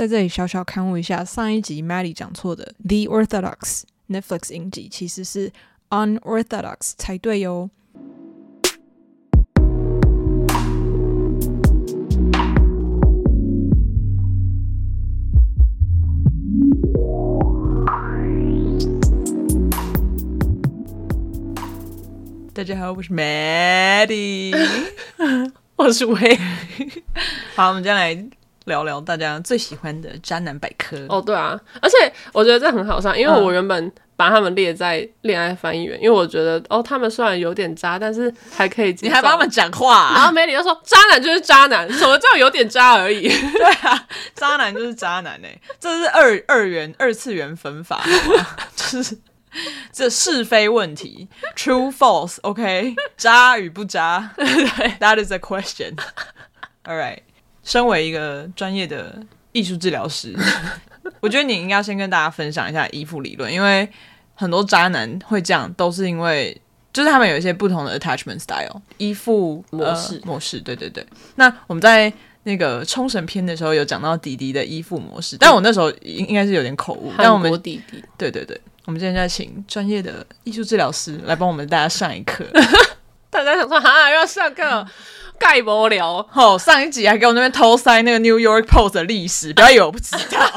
在这里小小刊物一下，上一集 Maddie 讲错的 The Orthodox Netflix 影集其实是 Unorthodox 才对哟。大家好，我是 Maddie 我是薇好，我们今天来聊聊大家最喜欢的渣男百科。 哦，对啊，而且我觉得这很好笑，因为我原本把他们列在恋爱翻译员，因为我觉得他们虽然有点渣，但是还可以接受。 你还帮他们讲话、 然后梅里就说渣男就是渣男，什么叫有点渣而已？ 对啊，渣男就是渣男这是二次元分法，好吗？就是这是非问题 ，true false， OK， 渣与不渣，对 ，That is a question。All right， 身为一个专业的艺术治疗师，我觉得你应该先跟大家分享一下依附理论，因为很多渣男会这样，都是因为就是他们有一些不同的 attachment style 依附模式，对对对。那我们在那个冲绳篇的时候有讲到弟弟的依附模式，但我那时候应该是有点口误，但我们弟弟， 对对对，我们今天在请专业的艺术治疗师来帮我们大家上一课。 大家想说哈又要上课，盖无聊。 上一集还给我那边偷塞那个 New York Post 的历史，不要以为我不知道。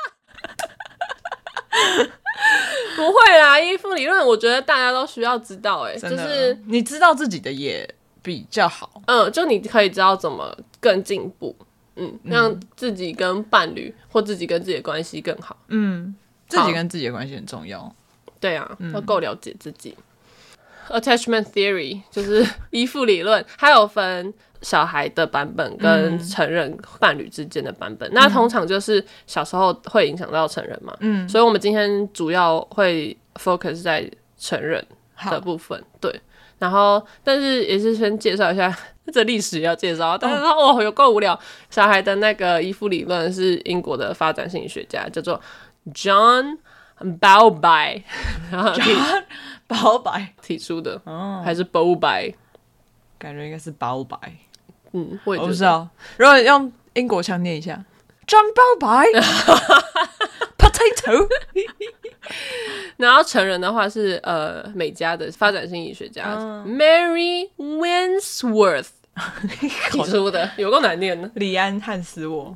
不会啦，依附理论我觉得大家都需要知道就是你知道自己的也比较好。 就你可以知道怎么更进步，让自己跟伴侣或自己跟自己的关系更好。 自己跟自己的关系很重要。 对啊，要够了解自己。Attachment theory 就是依附理论，它有分小孩的版本跟成人伴侣之间的版本。那通常就是小时候会影响到成人嘛，所以我们今天主要会 focus 在成人的部分。对，然后但是也是先介绍一下这历史要介绍，但是有够无聊。小孩的那个依附理论是英国的发展心理学家叫做 John Bowlby， 然后 Bowlby 提出的，还是 Bowlby？ 感觉应该是 Bowlby。 我也觉得不知道。如果用英国腔念一下 ，John Bowlby，potato。 然后成人的话是美加的发展心理学家、Mary Ainsworth 提出的，有够难念的。 李安汉斯沃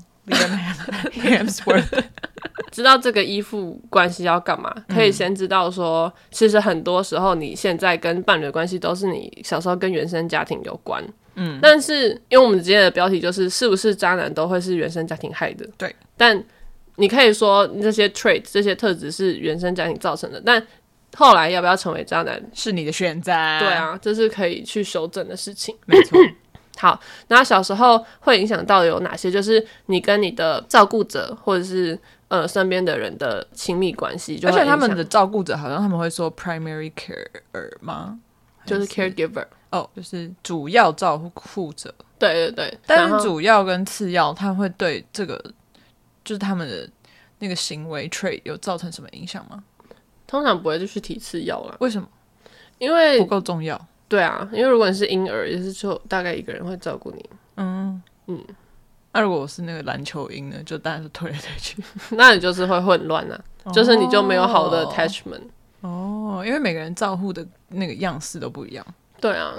，Ainsworth。 知道这个依附关系要干嘛，可以先知道说，其实很多时候你现在跟伴侣的关系都是你小时候跟原生家庭有关。但是因为我们今天的标题就是是不是渣男都会是原生家庭害的？ 对。 但你可以说这些 trait 这些特质是原生家庭造成的，但后来要不要成为渣男是你的选择。 对啊，这是可以去修正的事情。 没错。 好，那小时候会影响到有哪些？就是你跟你的照顾者或者是身边的人的亲密关系， 而且他们的照顾者好像他们会说 primary carer 吗？ 就是 caregiver， 就是主要照顾者。 对对对， 但是主要跟次要，他会对这个就是他们的那个行为 trait 有造成什么影响吗？ 通常不会就去提次要啦。 为什么？ 因为不够重要。 对啊，因为如果你是婴儿，也是就大概一个人会照顾你。 那如果我是那个篮球鹰呢，就当然是推来推去。 那你就是会混乱啊，就是你就没有好的 attachment。 因为每个人照顾的那个样式都不一样。 对啊。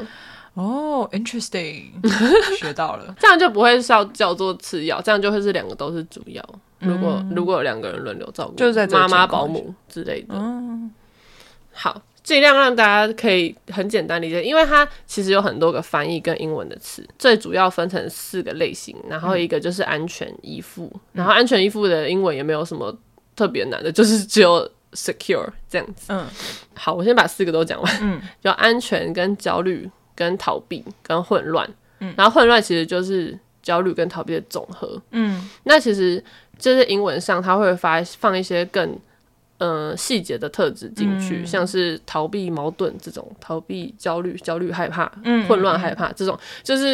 interesting， 学到了。 这样就不会叫做次要，这样就会是两个都是主要。如果有两个人轮流照顾， 就是在妈妈、保姆之类的。好。尽量让大家可以很简单理解，因为它其实有很多个翻译跟英文的词，最主要分成4个类型，然后一个就是安全依附，然后安全依附的英文也没有什么特别难的，就是只有 secure 这样子。好，我先把4个都讲完。有安全跟焦虑跟逃避跟混乱，然后混乱其实就是焦虑跟逃避的总和。那其实就是英文上它会放一些更细节的特质进去，像是逃避矛盾这种，逃避焦虑害怕，混乱害怕这种，就是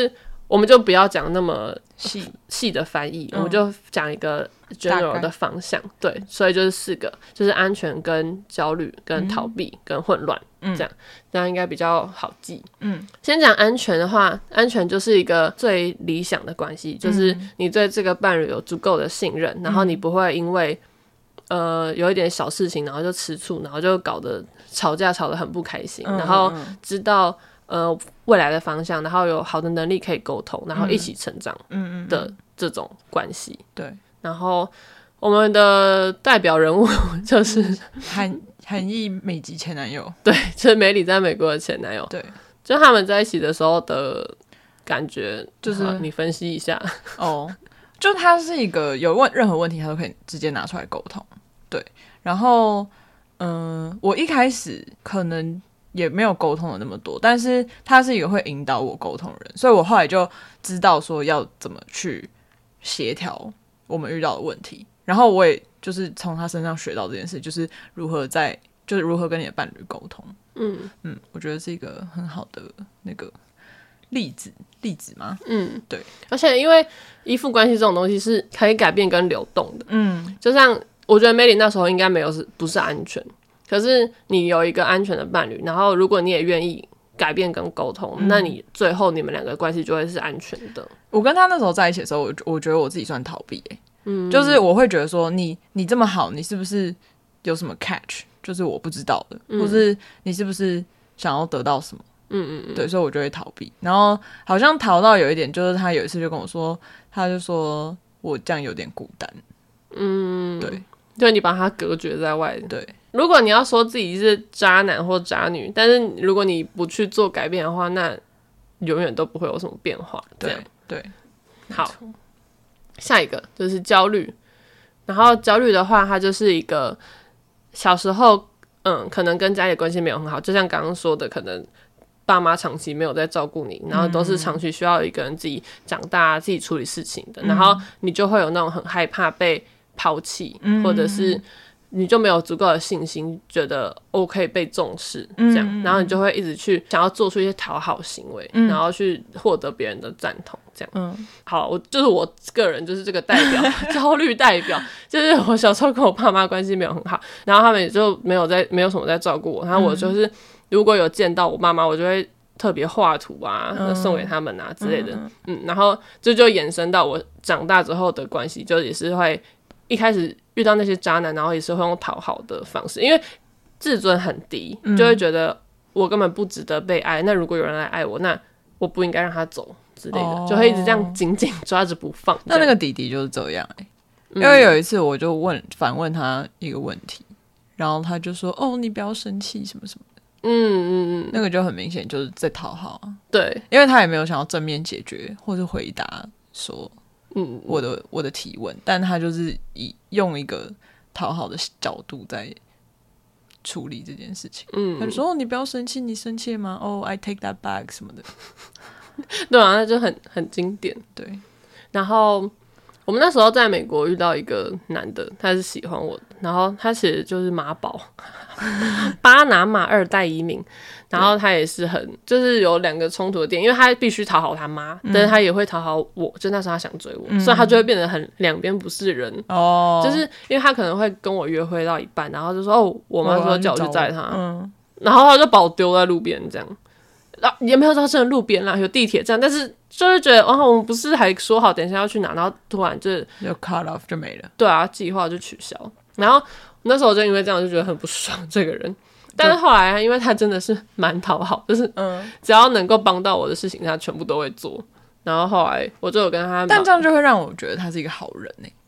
我们就不要讲那么细的翻译，我们就讲一个 general 的方向。对，所以就是4个，就是安全跟焦虑跟逃避跟混乱，这样应该比较好记。先讲安全的话，安全就是一个最理想的关系，就是你对这个伴侣有足够的信任，然后你不会因为有一点小事情，然后就吃醋，然后就搞得吵架吵得很不开心，然后知道未来的方向，然后有好的能力可以沟通，然后一起成长的这种关系。 对， 然后我们的代表人物就是韩裔美籍前男友， 对，就是梅里在美国的前男友。 对， 就他们在一起的时候的感觉， 就是你分析一下。 就他是一个有任何问题他都可以直接拿出来沟通。对，然后我一开始可能也没有沟通的那么多，但是他是一个会引导我沟通的人，所以我后来就知道说要怎么去协调我们遇到的问题，然后我也就是从他身上学到这件事，就是如何跟你的伴侣沟通。我觉得是一个很好的那个例子吗？对。 而且因为依附关系这种东西是可以改变跟流动的，就像我觉得梅里那时候应该不是安全，可是你有一个安全的伴侣，然后如果你也愿意改变跟沟通，那你最后你们两个关系就会是安全的。 我跟他那时候在一起的时候，我觉得我自己算逃避就是我会觉得说你这么好，你是不是有什么 catch， 就是我不知道的，或是你是不是想要得到什么？对，所以我就会逃避。然后好像逃到有一点，就是他有一次就跟我说，他就说我这样有点孤单。对， 就你把他隔绝在外。 对， 如果你要说自己是渣男或渣女，但是如果你不去做改变的话，那永远都不会有什么变化。 对， 好，下一个就是焦虑。然后焦虑的话，它就是一个小时候可能跟家里的关系没有很好，就像刚刚说的，可能爸妈长期没有在照顾你，然后都是长期需要一个人自己长大自己处理事情的，然后你就会有那种很害怕被抛弃，或者是你就没有足够的信心觉得可以被重视这样，然后你就会一直去想要做出一些讨好行为，然后去获得别人的赞同这样。好，我个人就是这个代表焦虑代表，就是我小时候跟我爸妈关系没有很好，然后他们也就没有什么在照顾我，然后我就是如果有见到我妈妈，我就会特别画图啊，送给他们啊之类的。然后这就衍生到我长大之后的关系，就也是会一开始遇到那些渣男，然后也是会用讨好的方式，因为自尊很低，就会觉得我根本不值得被爱，那如果有人来爱我，那我不应该让他走之类的，就会一直这样紧紧抓着不放。 那个弟弟就是这样因为有一次我就反问他一个问题，然后他就说你不要生气什么什么的。那个就很明显就是在讨好啊。对，因为他也没有想要正面解决或是回答说我的提问，但他就是用一个讨好的角度在处理这件事情。他就说你不要生气，你生气了吗？I take that back 什么的。 对啊，那就很经典。对，然后我们那时候在美国遇到一个男的，他是喜欢我的，然后他其实就是马宝巴拿马2代移民，然后他也是就是有2个冲突的点，因为他必须讨好他妈，但是他也会讨好我，就那时候他想追我，所以他就会变得很两边不是人。就是因为他可能会跟我约会到一半，然后就说我妈说叫我去载他，然后他就把我丢在路边这样。也没有到真的路边啦，有地铁站，但是就是觉得我们不是还说好等一下要去哪，然后突然就 cut off 就没了。对啊，计划就取消。然后那时候就因为这样就觉得很不爽这个人，但是后来因为他真的是蛮讨好，就是只要能够帮到我的事情他全部都会做。然后后来我就有跟他， 但这样就会让我觉得他是一个好人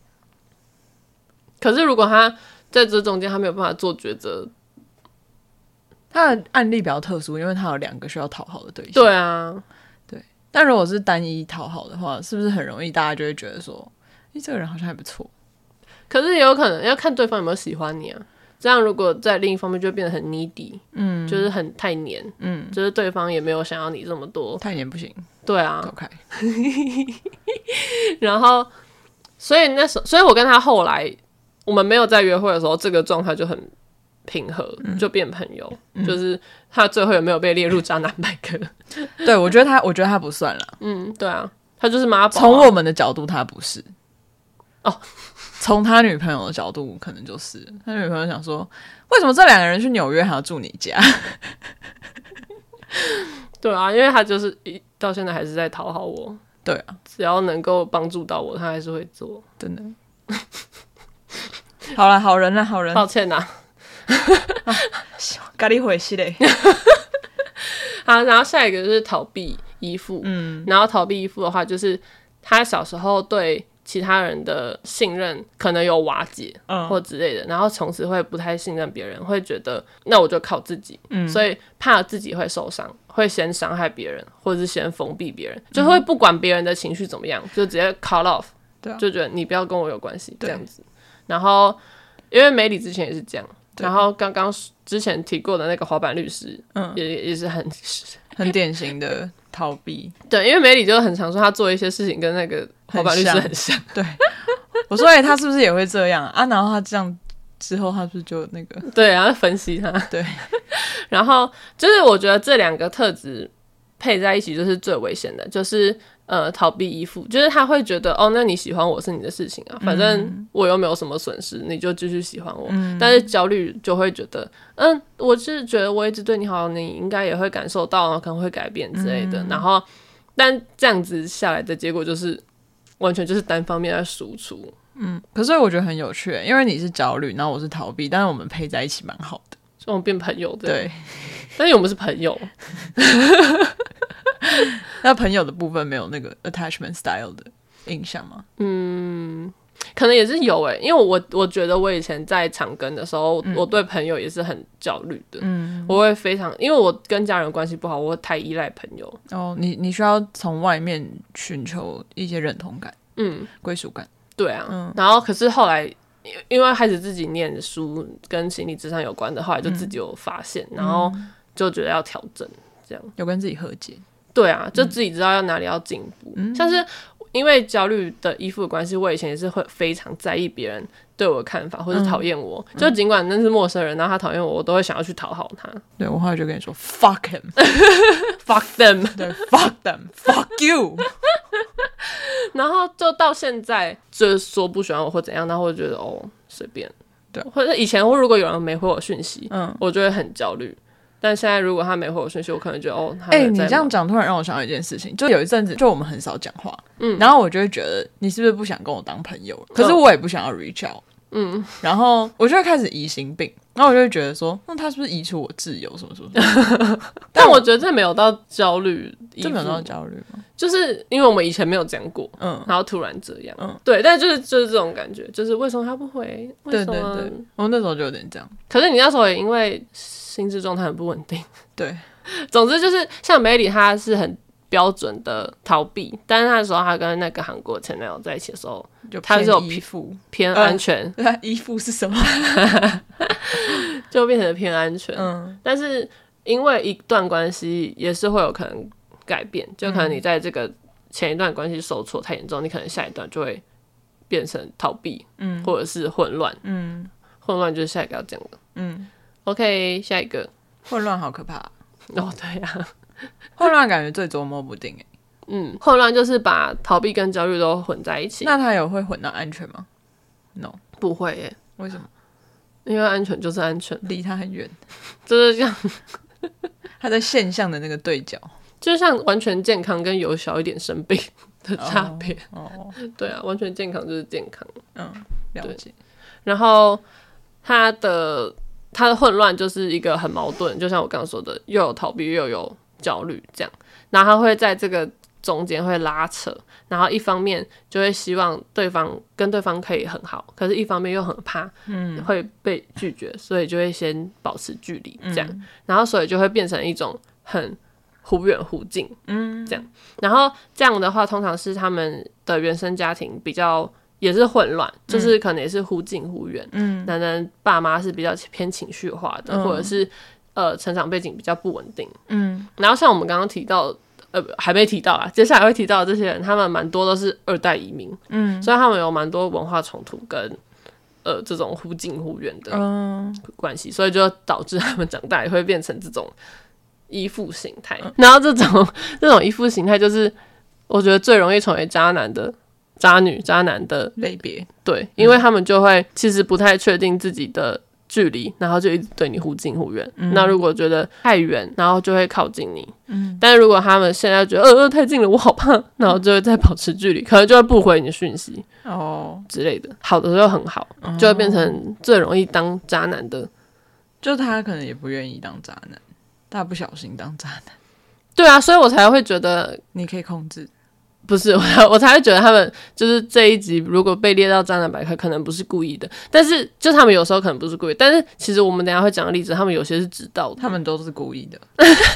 可是如果他在这中间他没有办法做抉择， 他的案例比较特殊，因为他有2个需要讨好的对象。 对啊， 对。但如果是单一讨好的话，是不是很容易大家就会觉得说，这个人好像还不错？ 可是也有可能要看对方有没有喜欢你啊。这样如果在另一方面就会变得很 needy，就是太黏，就是对方也没有想要你这么多， 太黏不行。 对啊， 走开。 然后，所以我跟他后来我们没有在约会的时候，这个状态就很平和，就变朋友。就是他最后有没有被列入渣男百科？ 对，我觉得他不算啦。 对啊，他就是妈宝。 从我们的角度，他不是。哦，从他女朋友的角度，可能就是他女朋友想说，为什么这2个人去纽约还要住你家？ 对啊，因为他就是到现在还是在讨好我。 对啊， 只要能够帮助到我，他还是会做。 真的。好啦，好人啦，好人。 抱歉啦。 咖喱回去嘞。 好，然后下一个就是逃避依附。然后逃避依附的话，就是他小时候对其他人的信任可能有瓦解，或之类的，然后从此会不太信任别人，会觉得那我就靠自己，所以怕自己会受伤，会先伤害别人，或者是先封闭别人，就会不管别人的情绪怎么样，就直接 cut off，就觉得你不要跟我有关系这样子。然后因为梅里之前也是这样，然后刚刚之前提过的那个滑板律师，也是很典型的逃避。 对，因为梅里就很常说他做一些事情跟那个滑板律师很像。 对，我说他是不是也会这样啊？然后他这样之后，他是不是就那个？ 对，然后分析他。 对， 然后就是我觉得这2个特质配在一起就是最危险的，就是逃避依附，就是他会觉得那你喜欢我是你的事情啊，反正我又没有什么损失，你就继续喜欢我。但是焦虑就会觉得我是觉得我一直对你好，你应该也会感受到，可能会改变之类的。然后但这样子下来的结果就是完全就是单方面在输出。 可是我觉得很有趣，因为你是焦虑，然后我是逃避，但是我们配在一起蛮好的， 就我们变朋友的。 对， 但是我们是朋友。 那朋友的部分没有那个 attachment style 的印象吗？ 可能也是有因为我觉得我以前在长庚的时候，我对朋友也是很焦虑的。我会非常，因为我跟家人关系不好，我会太依赖朋友。 你需要从外面寻求一些认同感，归属感。 对啊，然后可是后来因为开始自己念书跟心理咨商有关的，后来就自己有发现，然后就觉得要调整，这样有跟自己和解。 对啊，就自己知道要哪里要进步。像是因为焦虑的依附的关系，我以前也是会非常在意别人对我的看法，或是讨厌我。就尽管那是陌生人，然后他讨厌我，我都会想要去讨好他。 对，我后来就跟你说 fuck him fuck them 对 fuck them fuck you 然后就到现在就是说不喜欢我或怎样，然后我就觉得随便。对，或者以前如果有人没回我讯息，我就会很焦虑。但现在如果他没回我讯息，我可能觉得你这样讲突然让我想到一件事情，就有一阵子就我们很少讲话，然后我就会觉得你是不是不想跟我当朋友了？可是我也不想要 reach out，然后我就会开始疑心病，然后我就会觉得说，他是不是移除我挚友什么什么？ 但我觉得这没有到焦虑， 这没有到焦虑吗？ 就是因为我们以前没有讲过，然后突然这样，对，但就是这种感觉，就是为什么他不回？为什么？ 对，我那时候就有点这样。 可是你那时候也因为心智状态很不稳定， 对。 总之就是像梅里，他是很标准的逃避，但是那时候他跟那个韩国前男友在一起的时候，他是有依附偏安全。 依附是什么？ 就变成偏安全。但是因为一段关系也是会有可能改变，就可能你在这个前一段关系受挫太严重，你可能下一段就会变成逃避，或者是混乱。混乱就是下一个要讲的。OK， 下一个混乱好可怕。 对呀， 混乱感觉最捉摸不定。 混乱就是把逃避跟焦虑都混在一起。 那他有会混到安全吗？ No， 不会耶。 为什么？ 因为安全就是安全， 离他很远， 就是这样。 他在现象的那个对角， 就像完全健康跟有小一点生病的差别。对啊，完全健康就是健康。 了解。 然后他的混乱就是一个很矛盾，就像我刚刚说的，又有逃避又有焦虑这样，然后他会在这个中间会拉扯，然后一方面就会希望跟对方可以很好，可是一方面又很怕会被拒绝，所以就会先保持距离这样，然后所以就会变成一种很忽远忽近这样，然后这样的话通常是他们的原生家庭比较也是混乱，就是可能也是忽近忽远，可能爸妈是比较偏情绪化的，或者是成长背景比较不稳定，然后像我们刚刚提到还没提到啊，接下来会提到的这些人，他们蛮多都是2代移民，所以他们有蛮多文化冲突跟这种忽近忽远的关系，所以就导致他们长大也会变成这种依附形态。然后这种依附形态，就是我觉得最容易成为渣男的渣女、渣男的类别。 对，因为他们就会其实不太确定自己的距离，然后就一直对你忽近忽远。那如果觉得太远，然后就会靠近你。但是如果他们现在觉得太近了，我好怕，然后就会再保持距离，可能就会不回你讯息之类的。好的就很好，就会变成最容易当渣男的。 就他可能也不愿意当渣男，他不小心当渣男。 对啊，所以我才会觉得你可以控制。 不是，我才会觉得他们就是这一集如果被列到渣男百科，可能不是故意的，但是就他们有时候可能不是故意，但是其实我们等一下会讲的例子，他们有些是知道的， 他们都是故意的，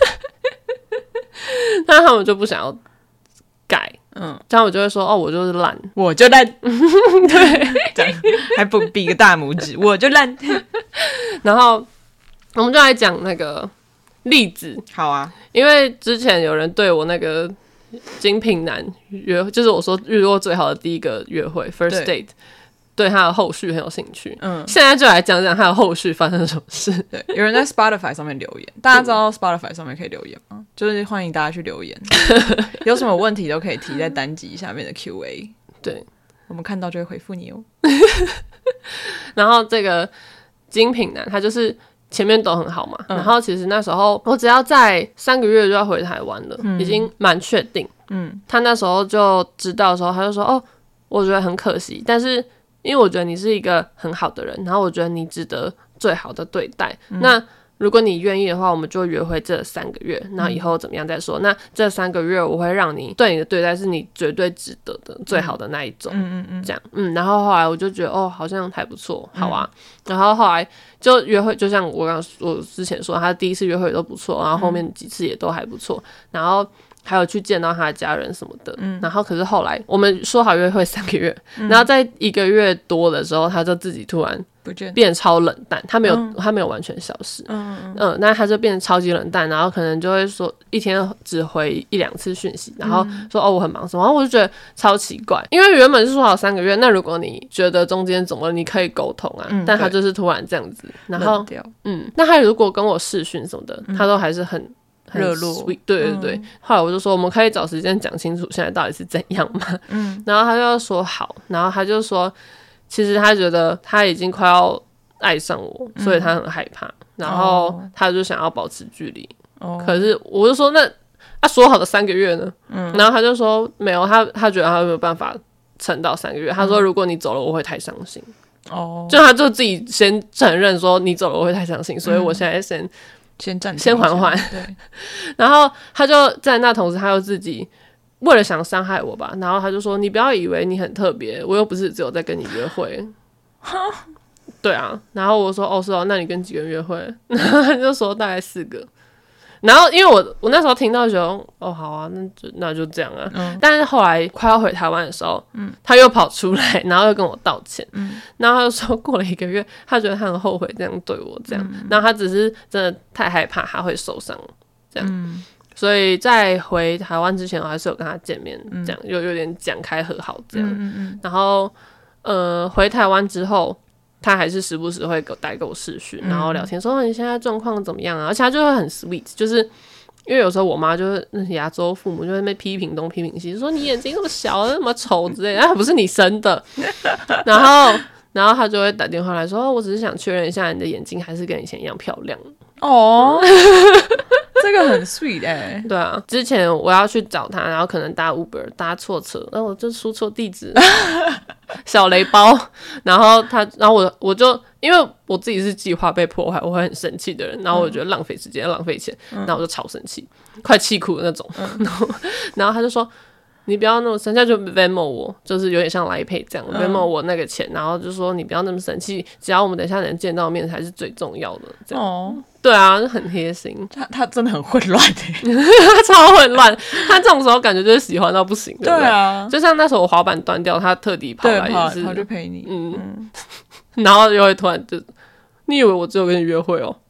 但他们就不想要改，这样我就会说我就是烂， 我就烂，对，这样还不比个大拇指，我就烂。 然后我们就来讲那个例子， 好啊， 因为之前有人对我那个精品男就是我说遇过最好的第一个约会 first date， 对他的后续很有兴趣。现在就来讲讲他的后续发生了什么事。 对，有人在 Spotify 上面留言，大家知道 Spotify 上面可以留言吗？就是欢迎大家去留言，有什么问题都可以提在单集下面的 Q&A， 对，我们看到就会回复你哦。 然后这个精品男他就是前面都很好嘛，然后其实那时候我只要在3个月就要回台湾了，已经蛮确定。他那时候就知道的时候，他就说我觉得很可惜，但是因为我觉得你是一个很好的人，然后我觉得你值得最好的对待。那如果你愿意的话，我们就约会这3个月，然后以后怎么样再说。那这3个月我会让你对你的对待是你绝对值得的，最好的那一种。这样，然后后来我就觉得好像还不错，好啊。然后后来就约会，就像我之前说，他第一次约会都不错，然后后面几次也都还不错，然后还有去见到他的家人什么的。然后可是后来我们说好约会3个月，然后在1个月多的时候，他就自己突然变超冷淡，他没有完全消失。那他就变得超级冷淡，然后可能就会说一天只回1-2次讯息，然后说我很忙什么，然后我就觉得超奇怪，因为原本是说好3个月，那如果你觉得中间怎么了，你可以沟通啊，但他就是突然这样子，然后那他如果跟我视讯什么的，他都还是很热络， sweet， 对。后来我就说我们可以找时间讲清楚现在到底是怎样嘛。然后他就说好，然后他就说其实他觉得他已经快要爱上我，所以他很害怕，然后他就想要保持距离。可是我就说那说好的3个月呢？然后他就说没有，他觉得他没有办法撑到3个月。他说如果你走了我会太伤心。就他就自己先承认说你走了我会太伤心，所以我现在先缓缓。对，然后他就在那同时他又自己为了想伤害我吧，然后他就说你不要以为你很特别，我又不是只有在跟你约会。对啊，然后我说是那你跟几个人约会？然后他就说大概4个。然后因为我那时候听到就觉得好啊，那就这样啊。但是后来快要回台湾的时候，他又跑出来，然后又跟我道歉。然后他就说过了1个月，他觉得他很后悔这样对我这样，然后他只是真的太害怕他会受伤这样。所以在回台湾之前，我还是有跟他见面，这样有点讲开和好这样。然后回台湾之后，他还是时不时会带给我视讯，然后聊天说你现在状况怎么样啊？而且他就会很 sweet， 就是因为有时候我妈就是亚洲父母就会在那边批评东批评西，说你眼睛那么小那么丑之类的，不是你生的。然后他就会打电话来说我只是想确认一下你的眼睛还是跟以前一样漂亮。 这个很 sweet 对啊，之前我要去找他，然后可能搭 Uber 搭错车，然后我就输错地址，小雷包。然后我就因为我自己是计划被破坏，我会很生气的人，然后我觉得浪费时间浪费钱，然后我就超生气，快气哭的那种。然后他就说你不要那么生气，就 Venmo 我，就是有点像来配这样，Venmo 我那个钱，然后就说你不要那么生气，只要我们等一下能见到面才是最重要的。这样对啊，很贴心。 他真的很混乱他超混乱。他这种时候感觉就是喜欢到不行，对不对？ 对啊， 就像那时候我滑板断掉，他特地跑来也是跑去陪你。 然后又会突然就，你以为我只有跟你约会哦？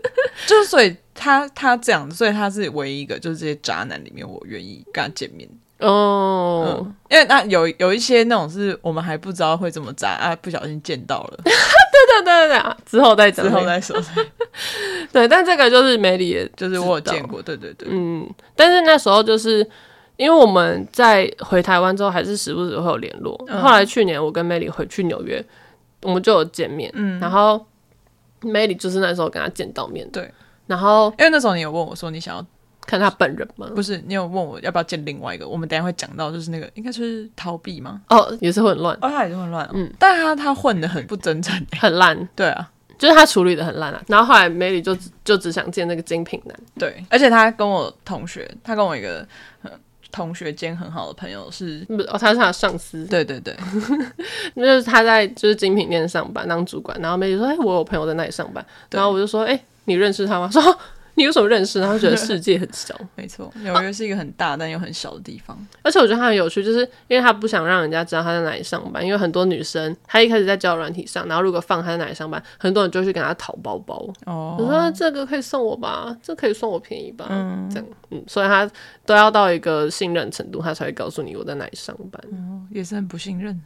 就是所以他这样，所以他是唯一一个就是这些渣男里面我愿意跟他见面。 哦， 因为那有一些那种是我们还不知道会这么渣啊，不小心见到了， 对，之后再讲， 之后再说。 对，但这个就是梅里也就是我有见过，对， 但是那时候就是因为我们在回台湾之后，还是时不时会有联络。后来去年我跟梅里回去纽约，我们就有见面，然后梅里就是那时候跟他见到面， 对。 然后因为那时候你有问我说你想要看他本人吗？ 不是，你有问我要不要见另外一个，我们等一下会讲到，就是那个应该是逃避吗？ 也是混乱， 他也是混乱，但他混得很不真诚， 很烂， 对啊。 就是他处理的很烂啊，然后后来梅里就只想见那个精品男， 对，而且他跟我同学，他跟我一个同学兼很好的朋友是， 他是他的上司， 对， 那就是他在就是精品店上班当主管，然后梅里说，我有朋友在那里上班，然后我就说，你认识他吗？说你有什么认识？然后觉得世界很小， 没错，纽约是一个很大但又很小的地方。 而且我觉得他很有趣，就是因为他不想让人家知道他在哪里上班，因为很多女生，他一开始在交友软体上，然后如果放他在哪里上班，很多人就去跟他讨包包。我说这个可以送我吧，这可以送我便宜吧，这样，所以他都要到一个信任程度，他才会告诉你我在哪里上班。 也是很不信任，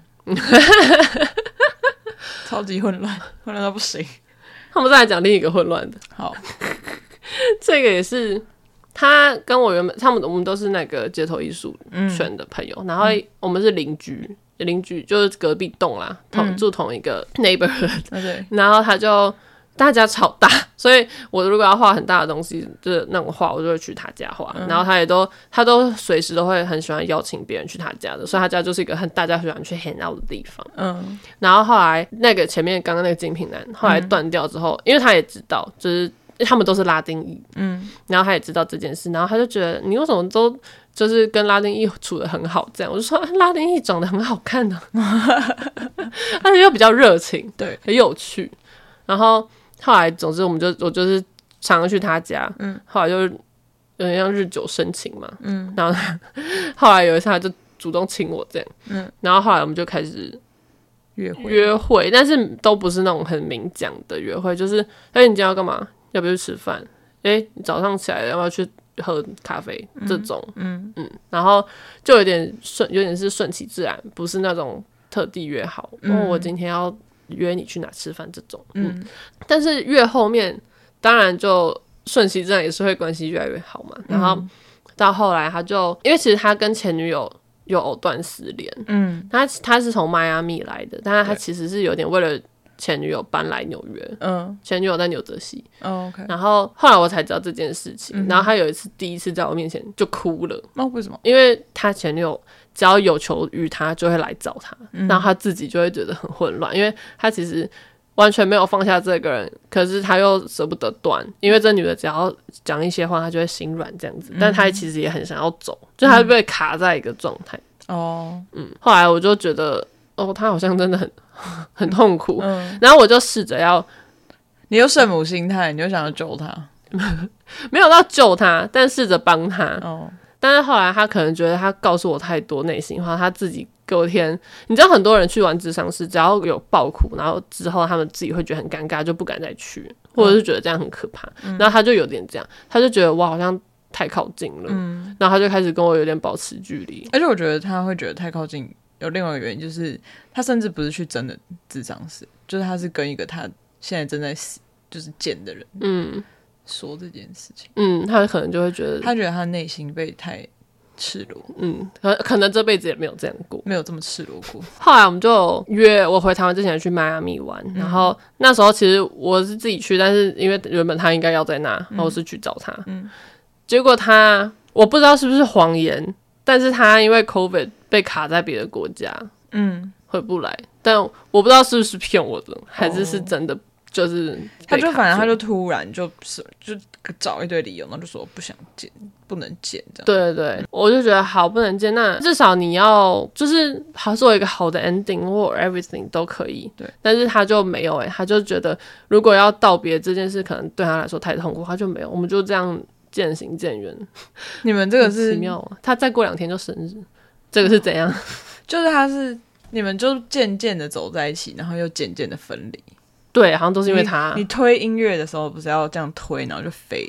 超级混乱到不行。 他们再来讲另一个混乱的， 好。 这个也是他跟我原本我们都是那个街头艺术圈的朋友，然后我们是邻居就是隔壁栋啦，住同一个 neighborhood，然后大家超大，所以我如果要画很大的东西，就是那种画，我就会去他家画，然后他都随时都会很喜欢邀请别人去他家的，所以他家就是一个大家喜欢去 hang out 的地方。然后后来那个前面刚刚那个精品男后来断掉之后，因为他也知道就是他们都是拉丁裔，然后他也知道这件事，然后他就觉得你为什么都就是跟拉丁裔处得很好，这样我就说拉丁裔长得很好看呢，而且又比较热情，对，很有趣。然后后来总之我就是常常去他家，后来就有点像日久生情嘛，然后后来有一次他就主动亲我这样，然后后来我们就开始约会，但是都不是那种很明讲的约会，就是你今天要干嘛？要不要去吃饭？你早上起来要不要去喝咖啡？这种，然后就有点是顺其自然，不是那种特地约好，我今天要约你去哪吃饭这种，但是越后面当然就顺其自然，也是会关系越来越好嘛。然后到后来他就因为其实他跟前女友有藕断丝连，他是从迈阿密来的，但是他其实是有点为了前女友搬来纽约，前女友在纽泽西，然后后来我才知道这件事情，然后他有一次第一次在我面前就哭了， 为什么？ 因为他前女友只要有求于他就会来找他，然后他自己就会觉得很混乱，因为他其实完全没有放下这个人，可是他又舍不得断，因为这女的只要讲一些话他就会心软这样子，但他其实也很想要走，就他被卡在一个状态。后来我就觉得他好像真的很痛苦，然后我就试着要， 你有圣母心态，你就想要救他， 没有到救他，但试着帮他。但是后来他可能觉得他告诉我太多内心话，他自己隔天，你知道很多人去完諮商室，只要有爆哭，然后之后他们自己会觉得很尴尬，就不敢再去，或者是觉得这样很可怕。然后他就有点这样，他就觉得我好像太靠近了，然后他就开始跟我有点保持距离。 而且我觉得他会觉得太靠近，有另外一个原因，就是他甚至不是去真的諮商室，就是他是跟一个他现在正在就是见的人，说这件事情， 他可能就会觉得， 他觉得他内心被太赤裸， 可能这辈子也没有这样过， 没有这么赤裸过。 后来我们就约我回台湾之前去迈阿密玩，然后那时候其实我是自己去，但是因为原本他应该要在那，然后我是去找他，结果我不知道是不是谎言，但是他因为 COVID 被卡在别的国家，回不来，但我不知道是不是骗我的，还是真的。就是他就反正他就突然就找一堆理由，然后就说不想见，不能见这样。对，我就觉得好不能见，那至少你要就是好做一个好的 ending 或 everything 都可以。对，但是他就没有他就觉得如果要道别这件事，可能对他来说太痛苦，他就没有，我们就这样渐行渐远。 你们这个是奇妙啊！他再过2天就生日，这个是怎样？ 就是你们就渐渐的走在一起，然后又渐渐的分离。 对，好像都是因为他。 你推音乐的时候不是要这样推，然后就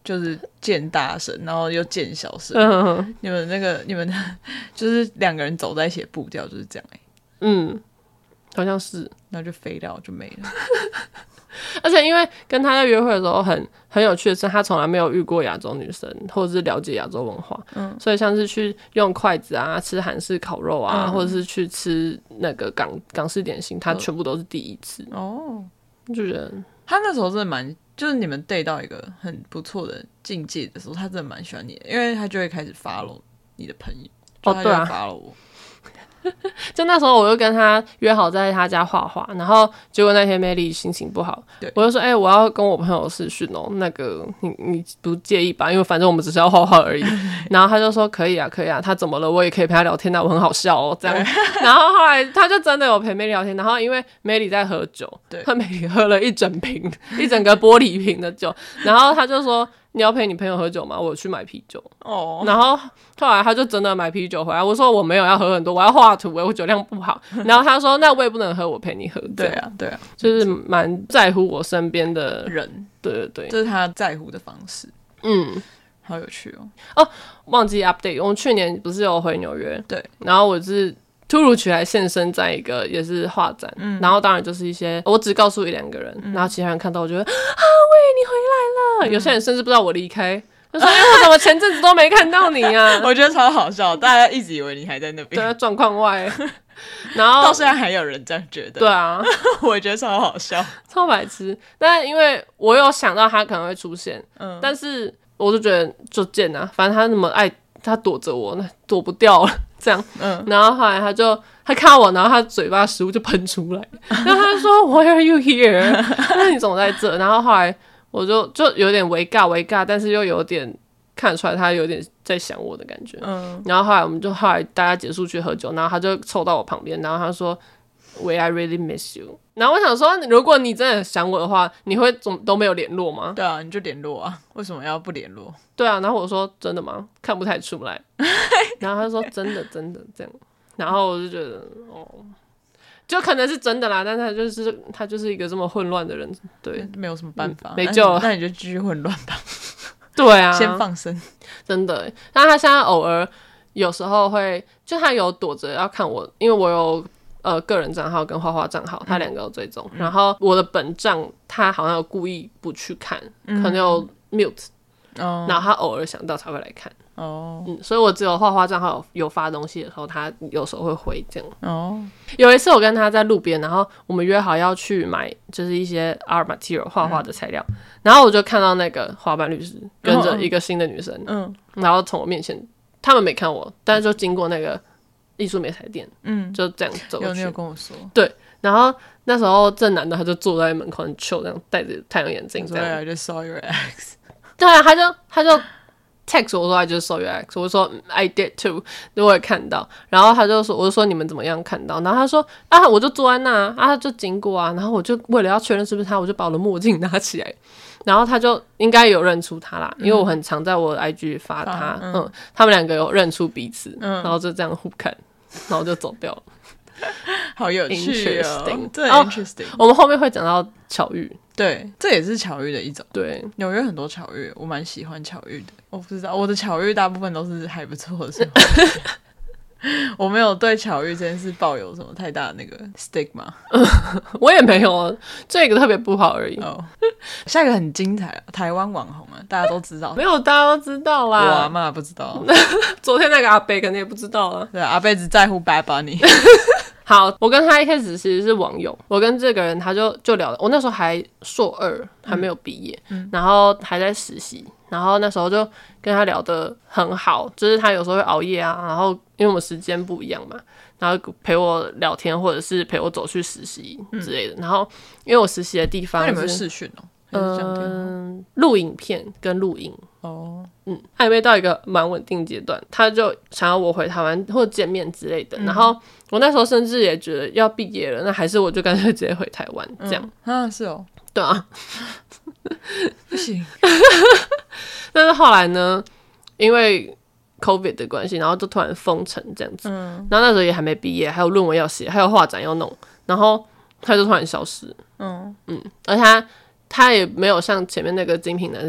就是渐大声，然后又渐小声。你们的就是两个人走在一起的步调就是这样好像是， 然后就飞掉就没了。 而且因为跟他在约会的时候很有趣的是，他从来没有遇过亚洲女生，或者是了解亚洲文化，所以像是去用筷子啊，吃韩式烤肉啊，或者是去吃那个港式点心，他全部都是第一次。就觉得他那时候真的蛮，就是你们 date 到一个很不错的境界的时候，他真的蛮喜欢你的，因为他就会开始 follow 你的朋友，就他就会 follow 我。 就那时候我就跟他约好在他家画画，然后结果那天Melly心情不好，我就说我要跟我朋友视讯哦，那个你不介意吧？因为反正我们只是要画画而已。然后他就说可以啊，他怎么了？我也可以陪他聊天啊，我很好笑哦这样。然后后来他就真的有陪Melly聊天，然后因为Melly在喝酒，他Melly喝了一整个玻璃瓶的酒，然后他就说你要陪你朋友喝酒吗？我去买啤酒。然后后来他就真的买啤酒回来，我说我没有要喝很多，我要画图，我酒量不好。然后他说那我也不能喝，我陪你喝。对啊，就是蛮在乎我身边的人。对， 这是他在乎的方式。好有趣忘记 update， 我们去年不是有回纽约？对，然后我是突如其来现身在一个也是画展，然后当然就是一些我只告诉一两个人，然后其他人看到我觉得喂你回来了，有些人甚至不知道我离开，就说我怎么前阵子都没看到你啊？ 我觉得超好笑，大家一直以为你还在那边， 对，状况外。然后到现在还有人这样觉得， 对啊， 我觉得超好笑， 超白痴。但因为我有想到他可能会出现，但是我就觉得就贱啊，反正他那么爱，他躲着我，那躲不掉了。这样，然后后来他看到我，然后他嘴巴食物就喷出来，然后他就说 Why are you here？ 那你怎么在这？然后后来我就有点微尬，但是又有点看得出来他有点在想我的感觉。然后后来大家结束去喝酒，然后他就凑到我旁边，然后他说 Wait, I really miss you。然后我想说，如果你真的想我的话，你会都没有联络吗？ 对啊，你就联络啊，为什么要不联络？ 对啊，然后我说真的吗？看不太出来。然后他说真的这样，然后我就觉得就可能是真的啦，但是他就是一个这么混乱的人，对， 没有什么办法， 没救了， 那你就继续混乱吧。 对啊， 先放生， 真的。但他现在偶尔有时候会，就他有躲着要看我，因为我有个人账号跟画画账号，他两个有追踪，然后我的本账他好像有故意不去看，可能有 mute，然后他偶尔想到才会来看。所以我只有画画账号有发东西的时候，他有时候会回这样。有一次我跟他在路边，然后我们约好要去买就是一些 art material 画画的材料，然后我就看到那个花瓣律师跟着一个新的女生，然后从我面前，他们没看我，但是就经过那个艺术美材店，就这样走过去。 你有跟我说？ 对，然后那时候这男的他就坐在门口很 chill， 这样戴着太阳眼镜这样。 对，I just saw your ex。 对啊，他就 text 我说 I just saw your ex， 我说 I did too， 我也看到。然后他就说，我就说你们怎么样看到？然后他说我就坐在那他就经过啊，然后我就为了要确认是不是他，我就把我的墨镜拿起来。然后他就应该有认出他啦，因为我很常在我的 IG 发他，他们两个有认出彼此，然后就这样互看，然后就走掉了。 好有趣哦，对 ，interesting。 我们后面会讲到巧遇， 对，这也是巧遇的一种。 对， 纽约很多巧遇，我蛮喜欢巧遇的。我不知道，我的巧遇大部分都是还不错的时候。我没有对巧遇这件事抱有什么太大的那个 stigma。 我也没有，这个特别不好而已。 下一个很精彩，台湾网红啊，大家都知道。 没有，大家都知道啦。 我阿嬷不知道。 昨天那个阿伯肯定也不知道啊。 对，阿伯只在乎 Bad Bunny。 好，我跟他一开始其实是网友，我跟这个人他就聊，我那时候还硕2，还没有毕业，然后还在实习，然后那时候就跟他聊得很好，就是他有时候会熬夜啊，然后因为我们时间不一样嘛，然后陪我聊天或者是陪我走去实习之类的，然后因为我实习的地方那你们视讯录影片跟录音还没到一个蛮稳定阶段，他就想要我回台湾或者见面之类的，然后我那时候甚至也觉得要毕业了，那还是我就干脆直接回台湾这样。 是哦， 对啊， 不行。 但是后来呢，因为 COVID 的关系，然后就突然封城这样子，然后那时候也还没毕业，还有论文要写，还有画展要弄，然后他就突然消失。而且他也没有像前面那个精品男是这样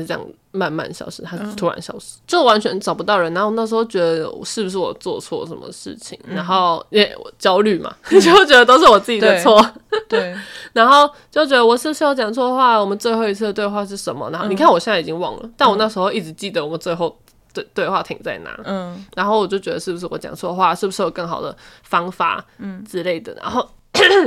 慢慢消失，他突然消失，就完全找不到人。然后那时候觉得是不是我做错什么事情，然后也焦虑嘛，就觉得都是我自己的错。 对， 然后就觉得我是不是有讲错话？我们最后一次的对话是什么？然后你看我现在已经忘了，但我那时候一直记得我们最后对话停在哪。然后我就觉得是不是我讲错话？是不是有更好的方法之类的？然后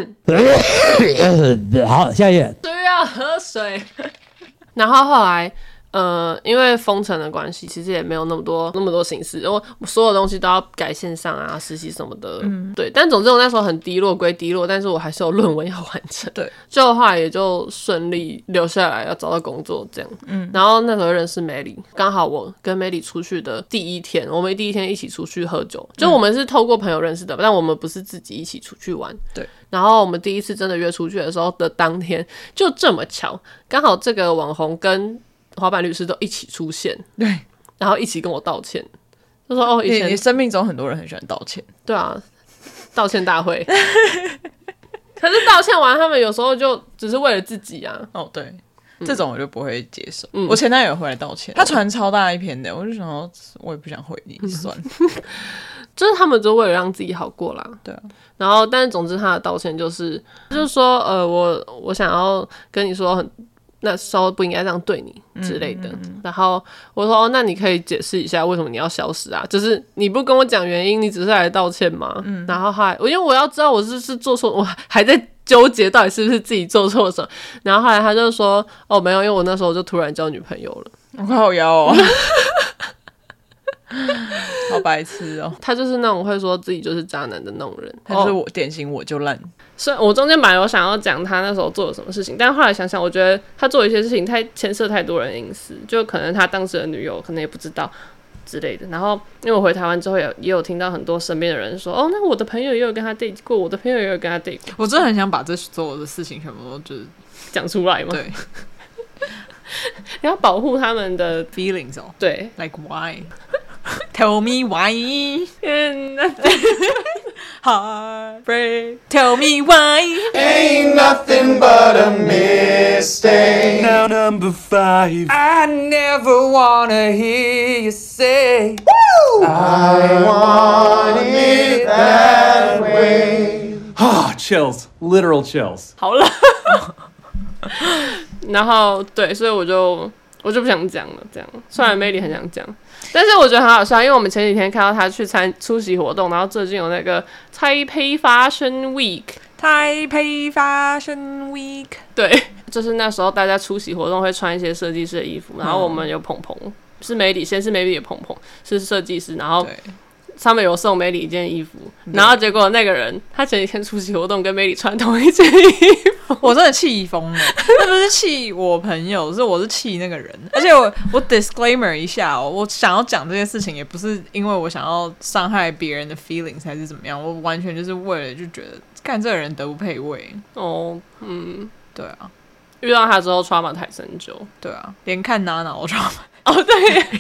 好，下一页。 需要喝水。然后后来，因为封城的关系，其实也没有那么多形式，我所有东西都要改线上啊，实习什么的。对。但总之我那时候很低落归低落，但是我还是有论文要完成。 对。 就后来也就顺利留下来，要找到工作这样。然后那时候认识梅里，刚好我跟梅里出去的第一天，我们第一天一起出去喝酒，就我们是透过朋友认识的，但我们不是自己一起出去玩。 对。然后我们第一次真的约出去的时候的当天，就这么巧，刚好这个网红跟滑板律师都一起出现， 对， 然后一起跟我道歉，就说以前你生命中很多人很喜欢道歉， 对啊，道歉大会。可是道歉完，他们有时候就只是为了自己啊。 对，这种我就不会接受。我前男友回来道歉，他传超大一篇的，我就想说，我也不想回你，算了。 就是他们就为了让自己好过啦， 对啊。 然后，但是总之他的道歉就是说，我想要跟你说那时候不应该这样对你之类的。然后我说，那你可以解释一下为什么你要消失啊？就是你不跟我讲原因，你只是来道歉吗？然后因为我要知道我是做错，我还在纠结到底是不是自己做错什么。然后后来他就说，没有，因为我那时候就突然交女朋友了。 我快好腰哦。好白痴哦！ 他就是那种会说自己就是渣男的那种人， 他是典型我就烂。 所以我中间本来有想要讲他那时候做了什么事情，但后来想想，我觉得他做一些事情牵涉太多人隐私，就可能他当时的女友可能也不知道之类的。然后因为我回台湾之后也有听到很多身边的人说，那我的朋友也有跟他 date 过，我的朋友也有跟他 date 过。 我真的很想把这所有的事情全部都就是讲出来嘛。 对。 你要保护他们的 feelings 哦。 对 ，like why？Tell me why. Heartbreak. Tell me why. Ain't nothing but a mistake. Now number 5. I never wanna hear you say, Woo! I want it that way. Chills. Literal chills. 好了。然后对，所以我就不想讲了，这样。虽然Melly很想讲，但是我觉得很好笑，因为我们前几天看到他去出席活动，然后最近有那个 Taipei Fashion Week。Taipei Fashion Week。 对，就是那时候大家出席活动会穿一些设计师的衣服，然后我们有鹏鹏，是Melly，先是Melly的鹏鹏是设计师，然后他们有送Melly一件衣服，然后结果那个人他前几天出席活动跟Melly穿同一件衣服， 我真的气疯了。那不是气我朋友，我是气那个人。而且我 disclaimer 一下哦，我想要讲这件事情也不是因为我想要伤害别人的 feelings 还是怎么样，我完全就是为了就觉得干这个人德不配位。对啊， 遇到他之后 trauma 太深究。对啊，连看娜娜我 trauma。 对。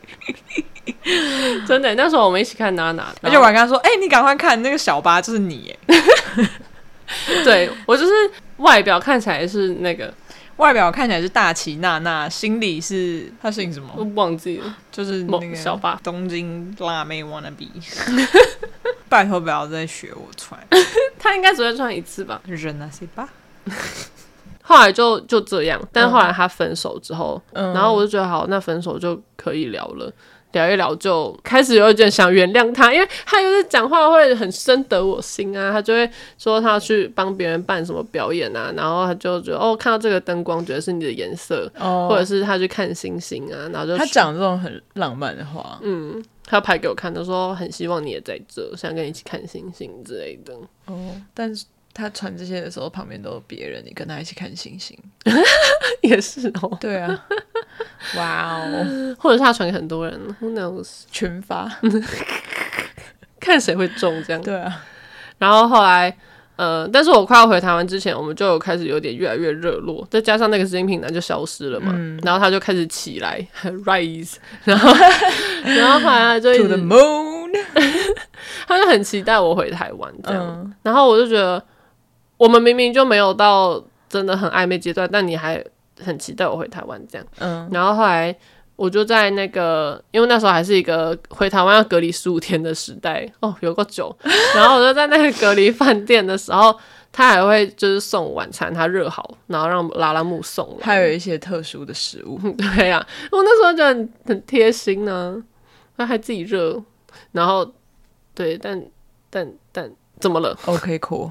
真的，那时候我们一起看娜娜， 而且我还跟他说：“你赶快看那个小八，就是你。” 对，我就是外表看起来是那个， 外表看起来是大旗娜娜，心里是他姓什么？ 我忘记了， 就是那个小八， 东京辣妹 wannabe。拜托不要再学我穿， 他应该只会穿一次吧？ 人啊，谁吧？ 后来就这样，但后来他分手之后，然后我就觉得好，那分手就可以聊了。聊一聊就开始有一点想原谅他，因为他就是讲话会很深得我心啊，他就会说他去帮别人办什么表演啊，然后他就觉得看到这个灯光觉得是你的颜色，或者是他去看星星啊，然后就他讲这种很浪漫的话， 他拍给我看，他说很希望你也在这，想跟你一起看星星之类的。 但是他传这些的时候旁边都有别人，你跟他一起看星星。 也是哦。 对啊。哇哦！ 或者是他传给很多人 ，Who knows？ 群发， 看谁会中这样。 对啊。 然后后来，但是我快要回台湾之前，我们就开始有点越来越热络，再加上那个金品男就消失了嘛，然后他就开始起来 ，rise， 然后后来他就一直 to the moon， 他就很期待我回台湾这样，然后我就觉得我们明明就没有到真的很暧昧阶段，但你还很期待我回台湾这样，然后后来我就在那个，因为那时候还是一个回台湾要隔离15天的时代哦，有够久。然后我就在那个隔离饭店的时候，他还会就是送晚餐，他热好，然后让拉拉木送来。 还有一些特殊的食物。 对啊，我那时候就很贴心呢，他还自己热，然后对，但怎么了？ OK cool。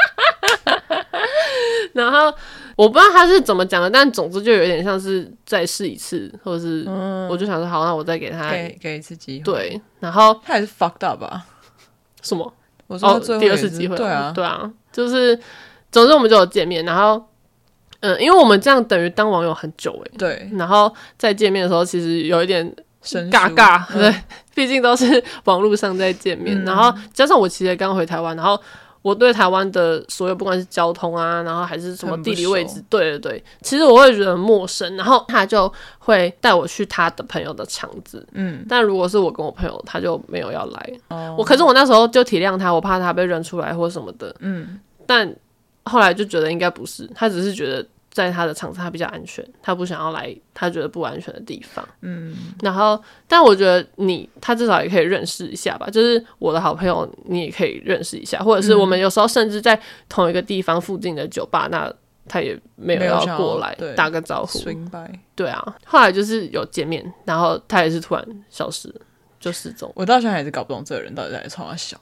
然后我不知道他是怎么讲的，但总之就有点像是再试一次，或者是我就想说好，那我再给他给一次机会。 对，然后他也是 fucked up 吧？ 什么？ 我说他最后第二次机会， 对啊， 对啊，就是总之我们就有见面，然后因为我们这样等于当网友很久对， 然后再见面的时候其实有一点生疏尬尬，对，毕竟都是网络上在见面，然后加上我其实刚回台湾，然后我对台湾的所有不管是交通啊，然后还是什么地理位置，对对对，其实我会觉得很陌生，然后他就会带我去他的朋友的场子，但如果是我跟我朋友，他就没有要来，可是我那时候就体谅他，我怕他被认出来或什么的，但后来就觉得应该不是，他只是觉得在他的场子他比较安全，他不想要来他觉得不安全的地方。然后但我觉得他至少也可以认识一下吧，就是我的好朋友你也可以认识一下，或者是我们有时候甚至在同一个地方附近的酒吧，那他也没有要过来打个招呼。对啊，后来就是有见面，然后他也是突然消失了，就失踪。 我到现在还是搞不懂这个人到底在冲他笑，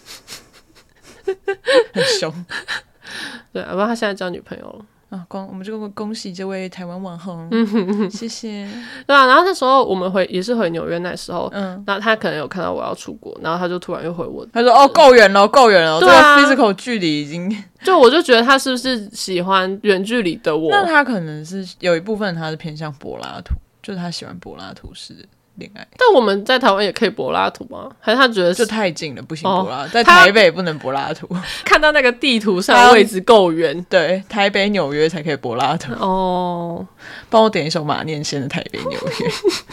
很凶。 对啊，不然他现在交女朋友了。 我们就恭喜这位台湾网红，谢谢。 对啊，然后那时候我们也是回纽约，那时候，然后他可能有看到我要出国，然后他就突然又回我， 他说：“哦，够远了，够远了， 对啊， 这个 physical 距离已经…… 我就觉得他是不是喜欢远距离的我？ 那他可能是有一部分他是偏向柏拉图，就是他喜欢柏拉图式的恋爱。 但我们在台湾也可以柏拉图吗？还是他觉得就太近了，不行柏拉图，在台北不能柏拉图。 看到那个地图上位置够远， 对，台北纽约才可以柏拉图。帮我点一首马念先的《台北纽约》。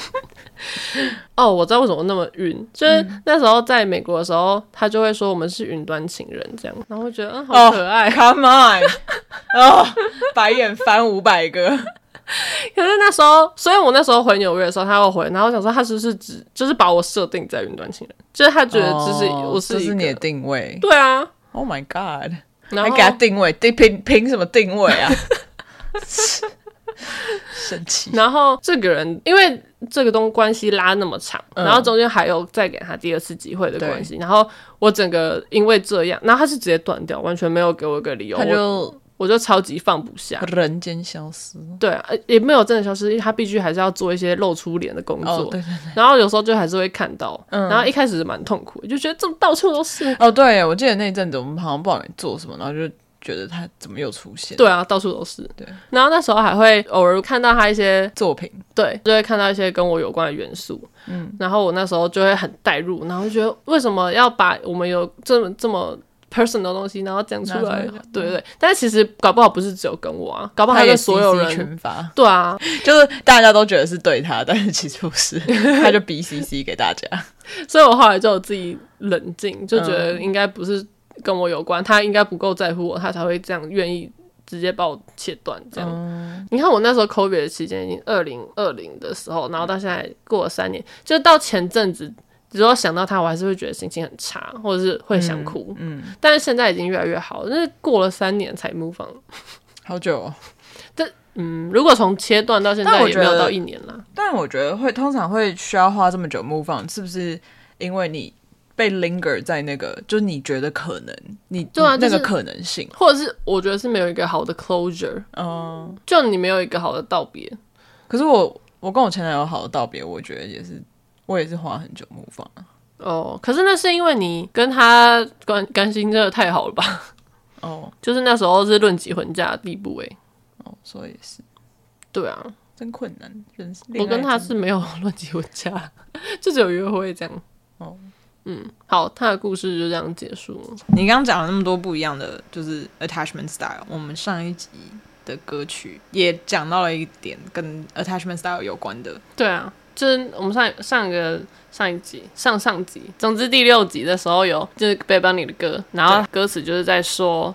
我知道为什么那么晕，就是那时候在美国的时候，他就会说我们是云端情人这样，然后我觉得好可爱。 Come on， 白眼翻500个。 可是那时候，所以我那时候回纽约的时候，他又回，然后我想说他是不是就是把我设定在云端情人，就是他觉得我是一个， 这是你的定位。 对啊 ，Oh my God， 然后还给他定位，凭什么定位啊？生气。 然后这个人因为这个关系拉那么长，然后中间还有再给他第二次机会的关系，然后我整个因为这样，然后他是直接断掉，完全没有给我一个理由，我就超级放不下， 人间消失。 对啊，也没有真的消失，因为他必须还是要做一些露出脸的工作。 对对对。 然后有时候就还是会看到，然后一开始蛮痛苦的，就觉得这么到处都是。 对，我记得那一阵子我们好像不知道你做什么，然后就觉得他怎么又出现。 对啊，到处都是。 对。 然后那时候还会偶尔看到他一些作品， 对，就会看到一些跟我有关的元素。然后我那时候就会很带入，然后就觉得为什么要把我们有这么personal 的东西，然后讲出来，对对对。但是其实搞不好不是只有跟我啊，搞不好他跟所有人群发。 对啊， 就是大家都觉得是对他，但是其实不是，他就 BCC 给大家。 所以我后来就有自己冷静，就觉得应该不是跟我有关，他应该不够在乎我，他才会这样愿意直接把我切断这样。你看我那时候 COVID 的期间已经2020的时候，然后到现在过了3年，就到前阵子。只要想到他，我还是会觉得心情很差，或者是会想哭。但是现在已经越来越好了，但是过了3年才 move on， 好久哦。 但如果从切断到现在也没有到1年啦。 但我觉得通常会需要花这么久 move on， 是不是因为你被 linger 在那个，就是你觉得可能对啊，那个可能性， 或者是我觉得是没有一个好的 closure，就你没有一个好的道别。 可是我跟我前男友好的道别，我觉得我也是花很久move on。 可是那是因为你跟他感情真的太好了吧？就是那时候是论及婚嫁的地步所以也是。 对啊， 真困难。 我跟他是没有论及婚嫁，就只有约会这样。好，他的故事就这样结束了。 你刚刚讲了那么多不一样的，就是 attachment style。我们上一集的歌曲也讲到了一点跟 attachment style 有关的。 对啊。就是我们上一集，上集，总之第6集的时候有就是背包你的歌，然后歌词就是在说，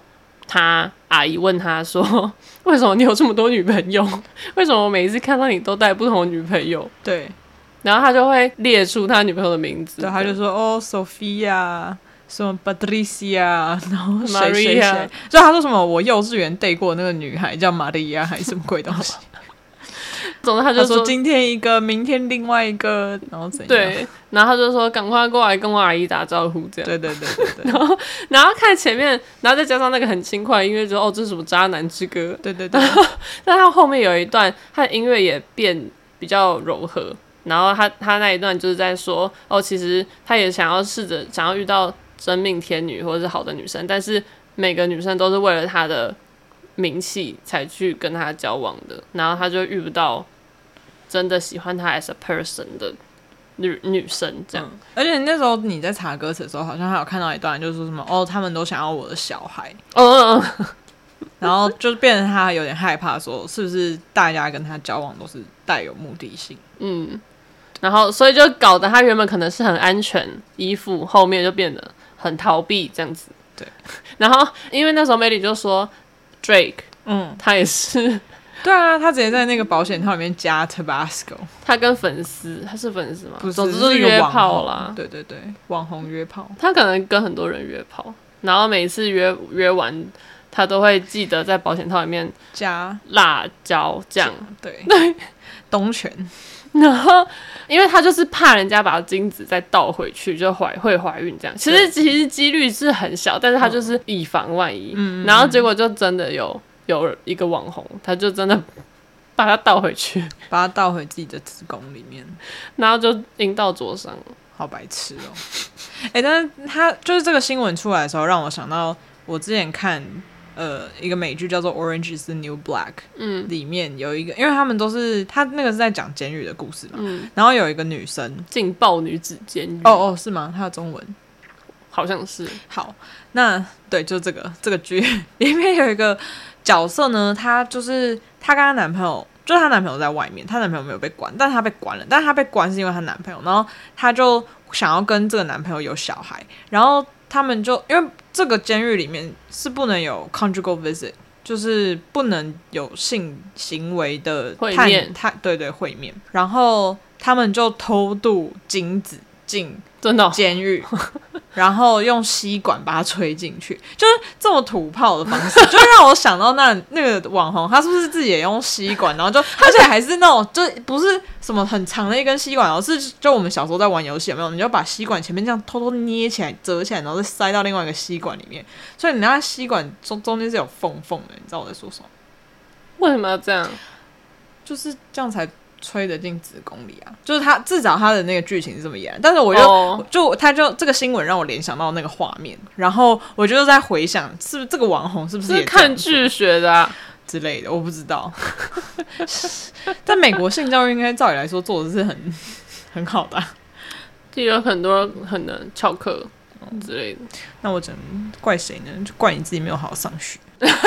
他阿姨问他说：“为什么你有这么多女朋友？为什么我每一次看到你都带不同的女朋友？” 对， 然后他就会列出他女朋友的名字， 对，他就说哦，Sophia。什么 Patricia， 然后谁谁谁， Maria 所以他说什么我幼稚园 date 过那个女孩叫玛利亚还是什么鬼东西， 总之他就他说今天一个，明天另外一个，然后怎样？ 对，然后他就说赶快过来跟我阿姨打招呼这样。 对对对对对， 然后看前面，然后再加上那个很轻快的音乐，就哦这是什么渣男之歌？ 对对对， 但他后面有一段，他的音乐也变比较柔和，然后他那一段就是在说哦，其实他也想要试着想要遇到真命天女或者是好的女生，但是每个女生都是为了他的名气才去跟他交往的，然后他就遇不到真的喜欢他 as a person 的女生这样。 而且那时候你在查歌词的时候，好像还有看到一段，就是说什么哦，他们都想要我的小孩，然后就变成他有点害怕，说是不是大家跟他交往都是带有目的性？ 然后所以就搞得他原本可能是很安全依附，后面就变得很逃避这样子。 对， 然后因为那时候 Melly 就说 Drake， 他也是， 对啊，他直接在那个保险套里面加 Tabasco， 他跟粉丝，他是粉丝吗？ 不是， 总之就是约炮啦。 对对对，网红约炮， 他可能跟很多人约炮，然后每次约完，他都会记得在保险套里面加辣椒酱。 对，东泉。 然后，因为他就是怕人家把精子再倒回去，就会怀孕这样。其实几率是很小，但是他就是以防万一。然后结果就真的有一个网红，他就真的把它倒回去， 把它倒回自己的子宫里面， 然后就阴道灼伤， 好白痴哦！但是他就是这个新闻出来的时候，让我想到我之前看。一个美剧叫做《Orange is the New Black》，里面有一个，因为他们都是他那个是在讲监狱的故事嘛，然后有一个女生劲爆女子监狱， 是吗？它的中文好像是。 好，那对，就这个剧里面有一个角色呢，她就是她跟她男朋友，就是她男朋友在外面，她男朋友没有被关，但她被关了，但她被关是因为她男朋友，然后她就想要跟这个男朋友有小孩，然后他们就因为这个监狱里面是不能有 conjugal visit， 就是不能有性行为的会面， 对会面，然后他们就偷渡精子进监狱，然后用吸管把它吹进去，就是这么土炮的方式，就让我想到那个网红，他是不是自己也用吸管，然后而且还是那种就不是什么很长的一根吸管，而是就我们小时候在玩游戏有没有？你就把吸管前面这样偷偷捏起来、折起来，然后再塞到另外一个吸管里面，所以你那吸管中间是有缝的，你知道我在说什么？ 为什么要这样？ 就是这样才吹得进子宫里啊，就是他至少他的那个剧情是这么演，但是我他就这个新闻让我联想到那个画面，然后我就在回想，是不是这个网红是不是也是看剧学的啊之类的，我不知道。但美国性教育应该照理来说做的是很好的， 就有很多很能翘课之类的。 那我只能怪谁呢？就怪你自己没有好好上学。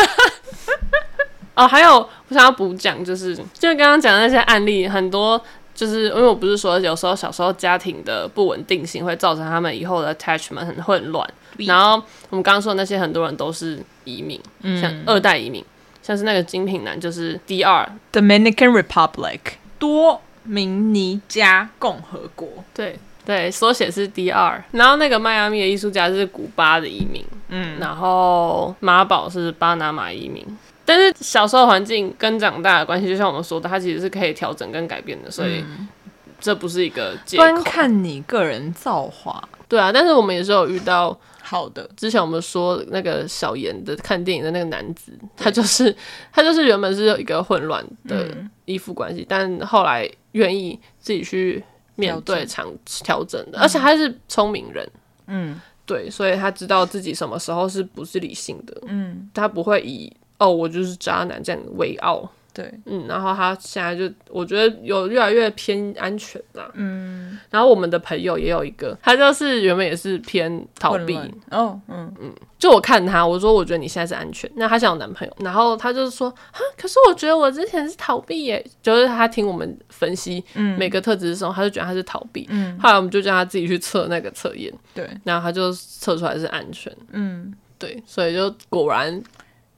还有我想要补讲，就是刚刚讲的那些案例，很多就是因为我不是说有时候小时候家庭的不稳定性会造成他们以后的 attachment 很混乱，然后我们刚刚说的那些很多人都是移民，像2代移民，像是那个精品男就是 DR Dominican Republic 多明尼加共和国， 对，缩写是 DR。然后那个迈阿密的艺术家是古巴的移民，然后马堡是巴拿马移民。但是小时候环境跟长大的关系，就像我们说的，它其实是可以调整跟改变的，所以这不是一个借口。 端看你个人造化。 对啊，但是我们也是有遇到好的。 之前我们说那个小妍的看电影的那个男子，他就是原本是有一个混乱的依附关系，但后来愿意自己去面对调整的，而且他是聪明人，对，所以他知道自己什么时候是不是理性的，他不会以我就是渣男这样为傲，对，然后他现在就我觉得有越来越偏安全啦，然后我们的朋友也有一个，他就是原本也是偏逃避，就我看他，我说我觉得你现在是安全，那他想有男朋友，然后他就说可是我觉得我之前是逃避耶，就是他听我们分析每个特质的时候，他就觉得他是逃避，后来我们就叫他自己去测那个测验，对，然后他就测出来是安全，对，所以就果然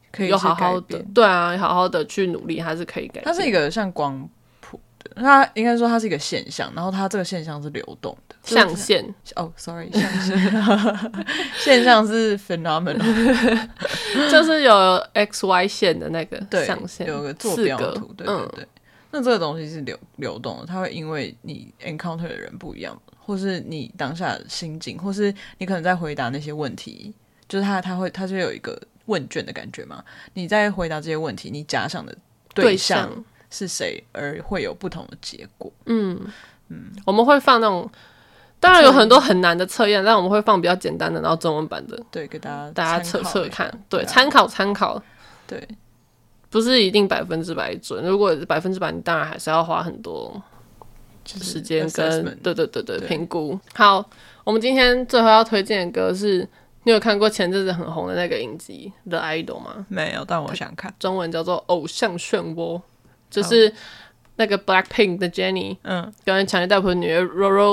可以有好好的去改变， 对啊，好好的去努力，它是可以改变。 它是一个像光谱的，它应该说它是一个现象，然后它这个现象是流动的， 象限。 哦，sorry， 象限，现象是 phenomenal， 就是有 XY 线的那个对， 象限， 有个坐标图，对对对。那这个东西是流动的，它会因为你 encounter 的人不一样，或是你当下的心境，或是你可能在回答那些问题，就是它就有一个问卷的感觉嘛。你在回答这些问题，你假想的对象是谁，而会有不同的结果。 我们会放那种，当然有很多很难的测验，但我们会放比较简单的，然后中文版的， 对，给大家测测看，对， 啊参考， 对。 不是一定100%准，如果100%，你当然还是要花很多时间跟对评估。好，我们今天最后要推荐的歌是，你有看过前阵子很红的那个影集《The Idol》吗？ 没有，但我想看。 中文叫做《偶像漩涡》，就是那个 Blackpink 的 Jennie， 跟强尼戴普的女儿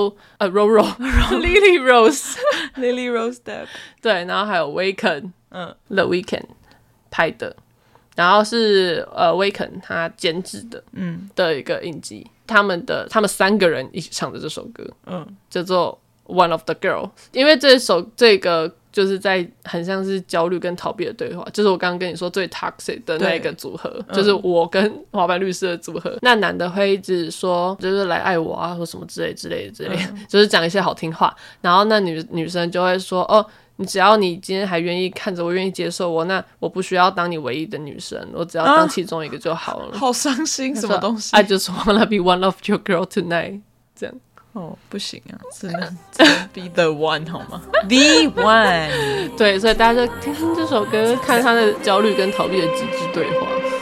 Lily Lily Rose Depp， 对，然后还有 The Weeknd 拍的。然后是Weeknd 他监制的一个影集，他们3个人一起唱的这首歌，叫做 One of the Girl。因为这个就是在很像是焦虑跟逃避的对话，就是我刚刚跟你说最 toxic 的那个组合，就是我跟滑板律师的组合。那男的会一直说就是来爱我啊，或什么之类，就是讲一些好听话，然后那女生就会说哦。只要你今天还愿意看着我，愿意接受我，那我不需要当你唯一的女生，我只要当其中一个就好了。 好伤心，什么东西 ？I just wanna be one of your girl tonight。这样不行啊，只能 be the one 好吗 ？The one。 对，所以大家就听听这首歌，看他的焦虑跟逃避的极致对话。